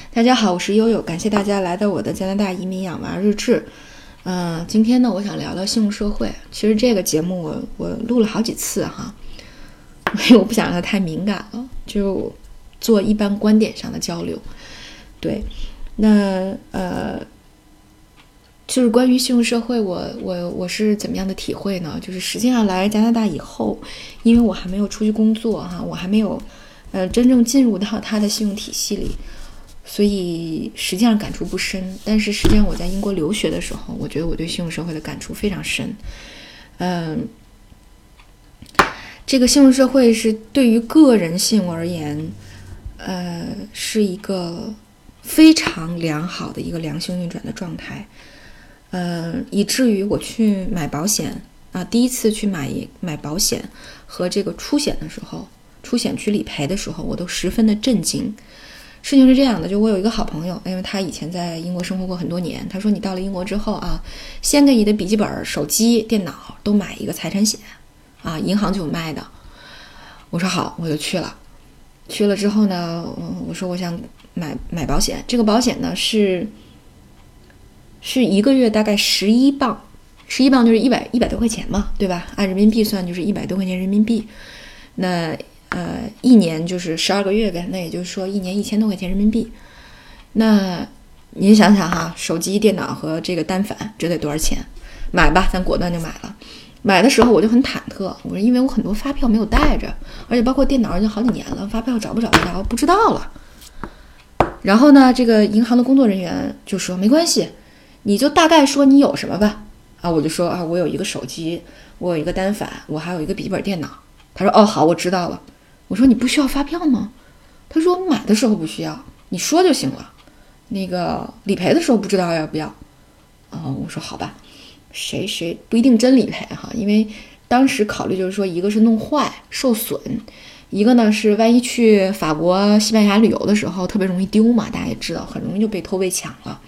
大家好，我是悠悠，感谢大家来到我的加拿大移民养娃日志。今天呢，我想聊聊信用社会。其实这个节目我录了好几次哈，因为我不想让它太敏感了，就做一般观点上的交流。对，那就是关于信用社会，我是怎么样的体会呢？就是实际上来加拿大以后，因为我还没有出去工作哈，我还没有真正进入到它的信用体系里。所以实际上感触不深，但是实际上我在英国留学的时候，我觉得我对信用社会的感触非常深。这个信用社会是对于个人信用而言，是一个非常良好的一个良性运转的状态。以至于我去买保险啊，第一次去买保险和这个出险的时候，出险去理赔的时候，我都十分的震惊。事情是这样的，就我有一个好朋友，因为他以前在英国生活过很多年，他说你到了英国之后啊，先给你的笔记本、手机、电脑都买一个财产险啊，银行就有卖的。我说好，我就去了。去了之后呢，我说我想买保险，这个保险呢是一个月大概11磅，11磅就是100多块钱嘛，对吧？按人民币算就是100多块钱人民币。那一年就是12个月呗，那也就是说一年1000多块钱人民币。那您想想哈，手机、电脑和这个单反，这得多少钱？买吧，咱果断就买了。买的时候我就很忐忑，我说因为我很多发票没有带着，而且包括电脑已经好几年了，发票找不着不知道了。然后呢，这个银行的工作人员就说没关系，你就大概说你有什么吧。啊，我就说啊，我有一个手机，我有一个单反，我还有一个笔记本电脑。他说哦好，我知道了。我说你不需要发票吗？他说买的时候不需要，你说就行了。那个理赔的时候不知道要不要。我说好吧，谁不一定真理赔哈，因为当时考虑就是说，一个是弄坏受损，一个呢是万一去法国、西班牙旅游的时候特别容易丢嘛，大家也知道，很容易就被偷被抢了。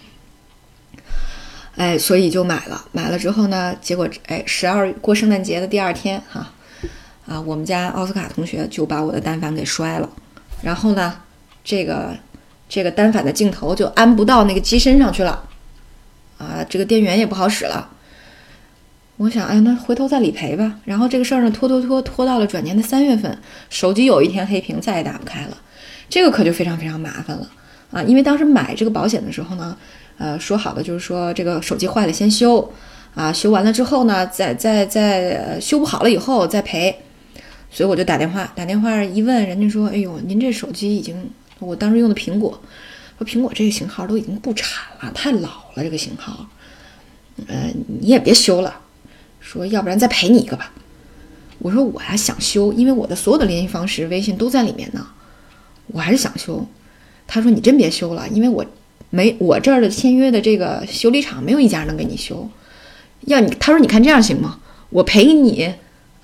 所以就买了。买了之后呢，结果12过圣诞节的第二天哈。我们家奥斯卡同学就把我的单反给摔了，然后呢，这个单反的镜头就安不到那个机身上去了，这个电源也不好使了。我想，那回头再理赔吧。然后这个事儿呢，拖到了转年的3月份，手机有一天黑屏，再也打不开了。这个可就非常非常麻烦了啊！因为当时买这个保险的时候呢，说好的就是说这个手机坏了先修修完了之后呢，再修不好了以后再赔。所以我就打电话一问，人家说哎呦，您这手机已经，我当时用的苹果，说苹果这个型号都已经不产了，太老了这个型号，你也别修了，说要不然再赔你一个吧。我说我呀想修，因为我的所有的联系方式微信都在里面呢，我还是想修。他说你真别修了，因为我这儿的签约的这个修理厂没有一家能给你修。他说你看这样行吗？我赔你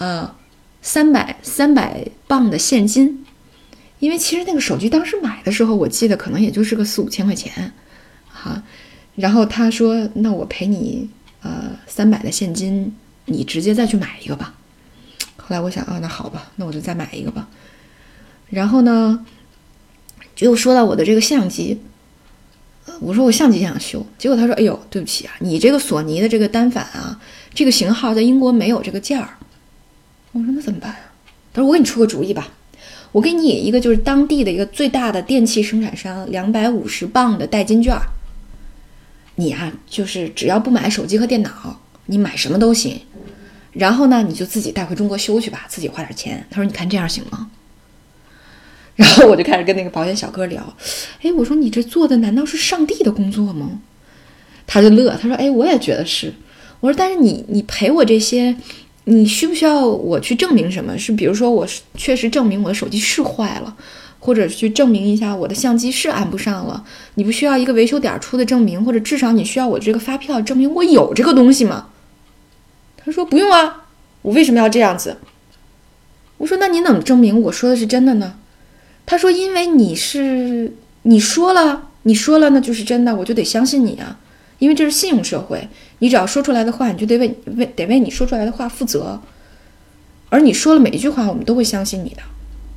300磅的现金，因为其实那个手机当时买的时候，我记得可能也就是个4-5千块钱，然后他说，那我赔你300的现金，你直接再去买一个吧。后来我想那好吧，那我就再买一个吧。然后呢，就说到我的这个相机，我说我相机想修，结果他说，哎呦，对不起啊，你这个索尼的这个单反这个型号在英国没有这个件儿。我说那怎么办他说我给你出个主意吧，我给你一个就是当地的一个最大的电器生产商250磅的代金券，你就是只要不买手机和电脑，你买什么都行，然后呢你就自己带回中国修去吧，自己花点钱。他说你看这样行吗？然后我就开始跟那个保险小哥聊，我说你这做的难道是上帝的工作吗？他就乐，他说我也觉得是。我说但是你赔我这些，你需不需要我去证明什么？是比如说我确实证明我的手机是坏了，或者去证明一下我的相机是安不上了，你不需要一个维修点出的证明，或者至少你需要我这个发票证明我有这个东西吗？他说不用啊，我为什么要这样子？我说那你怎么证明我说的是真的呢？他说因为你说了那就是真的，我就得相信你啊，因为这是信用社会，你只要说出来的话，你就得为你说出来的话负责，而你说了每一句话我们都会相信你的。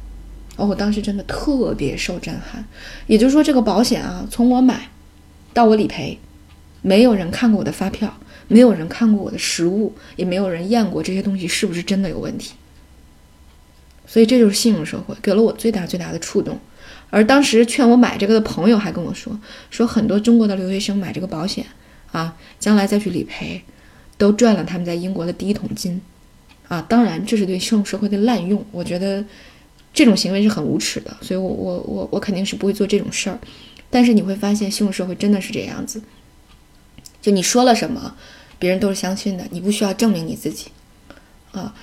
我当时真的特别受震撼。也就是说，这个保险啊，从我买到我理赔，没有人看过我的发票，没有人看过我的实物，也没有人验过这些东西是不是真的有问题。所以这就是信用社会给了我最大的触动。而当时劝我买这个的朋友还跟我说很多中国的留学生买这个保险啊，将来再去理赔都赚了他们在英国的第一桶金啊。当然这是对信用社会的滥用，我觉得这种行为是很无耻的，所以我肯定是不会做这种事儿。但是你会发现信用社会真的是这样子，就你说了什么别人都是相信的，你不需要证明你自己啊。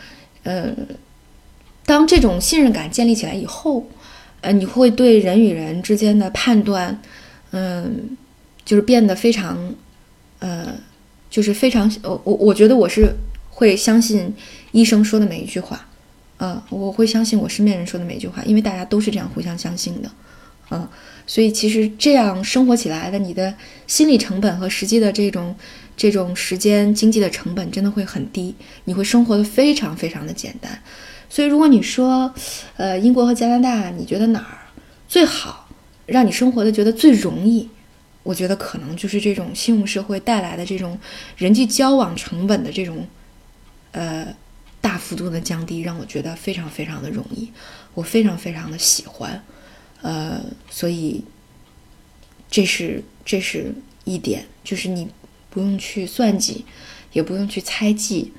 当这种信任感建立起来以后，你会对人与人之间的判断就是变得非常就是非常我觉得我是会相信医生说的每一句话我会相信我身边人说的每一句话，因为大家都是这样互相相信的所以其实这样生活起来的，你的心理成本和实际的这种时间经济的成本真的会很低，你会生活的非常非常的简单。所以如果你说英国和加拿大你觉得哪儿最好，让你生活的觉得最容易，我觉得可能就是这种信用社会带来的这种人际交往成本的这种大幅度的降低，让我觉得非常非常的容易，我非常非常的喜欢所以这是一点，就是你不用去算计，也不用去猜忌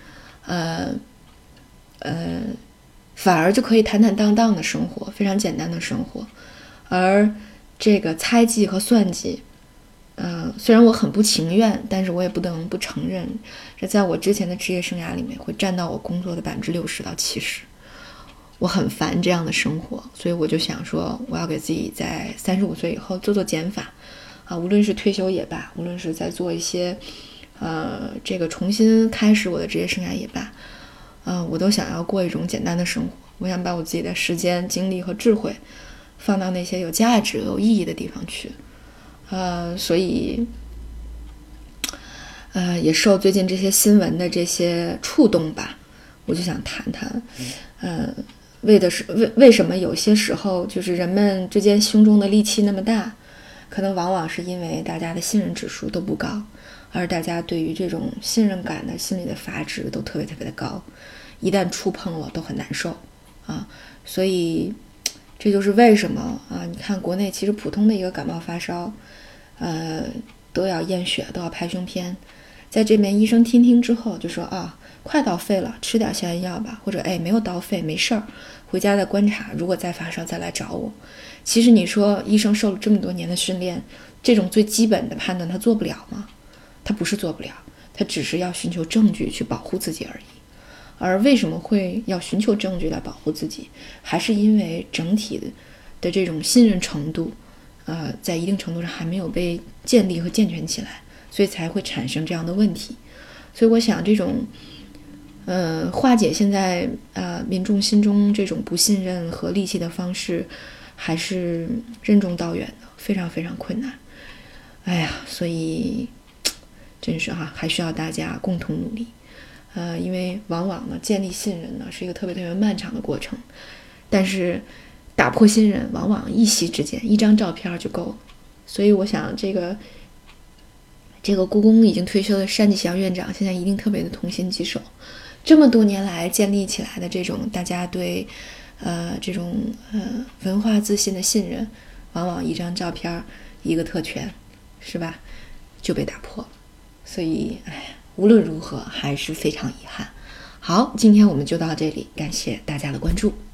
反而就可以坦坦荡荡的生活，非常简单的生活。而这个猜忌和算计虽然我很不情愿，但是我也不能不承认，这在我之前的职业生涯里面会占到我工作的60%到70%。我很烦这样的生活，所以我就想说，我要给自己在35岁以后做减法无论是退休也罢，无论是在做一些这个重新开始我的职业生涯也罢我都想要过一种简单的生活。我想把我自己的时间、精力和智慧放到那些有价值、有意义的地方去。所以也受最近这些新闻的这些触动吧，我就想谈谈为什么有些时候就是人们之间胸中的戾气那么大，可能往往是因为大家的信任指数都不高，而大家对于这种信任感的心理的阀值都特别特别的高，一旦触碰了都很难受所以这就是为什么你看国内其实普通的一个感冒发烧都要验血，都要拍胸片，在这边医生听之后就说快到肺了，吃点消炎药吧，或者没有到肺没事儿，回家再观察，如果再发烧再来找我。其实你说医生受了这么多年的训练，这种最基本的判断他做不了吗？他不是做不了，他只是要寻求证据去保护自己而已。而为什么会要寻求证据来保护自己，还是因为整体的这种信任程度在一定程度上还没有被建立和健全起来，所以才会产生这样的问题。所以我想这种化解现在民众心中这种不信任和戾气的方式还是任重道远的，非常非常困难。所以真是还需要大家共同努力因为往往呢建立信任呢是一个特别特别漫长的过程，但是打破信任往往一夕之间，一张照片就够了。所以我想这个故宫已经退休的单霁翔院长现在一定特别的痛心疾首，这么多年来建立起来的这种大家对这种文化自信的信任，往往一张照片一个特权是吧就被打破了。所以无论如何还是非常遗憾。好，今天我们就到这里，感谢大家的关注。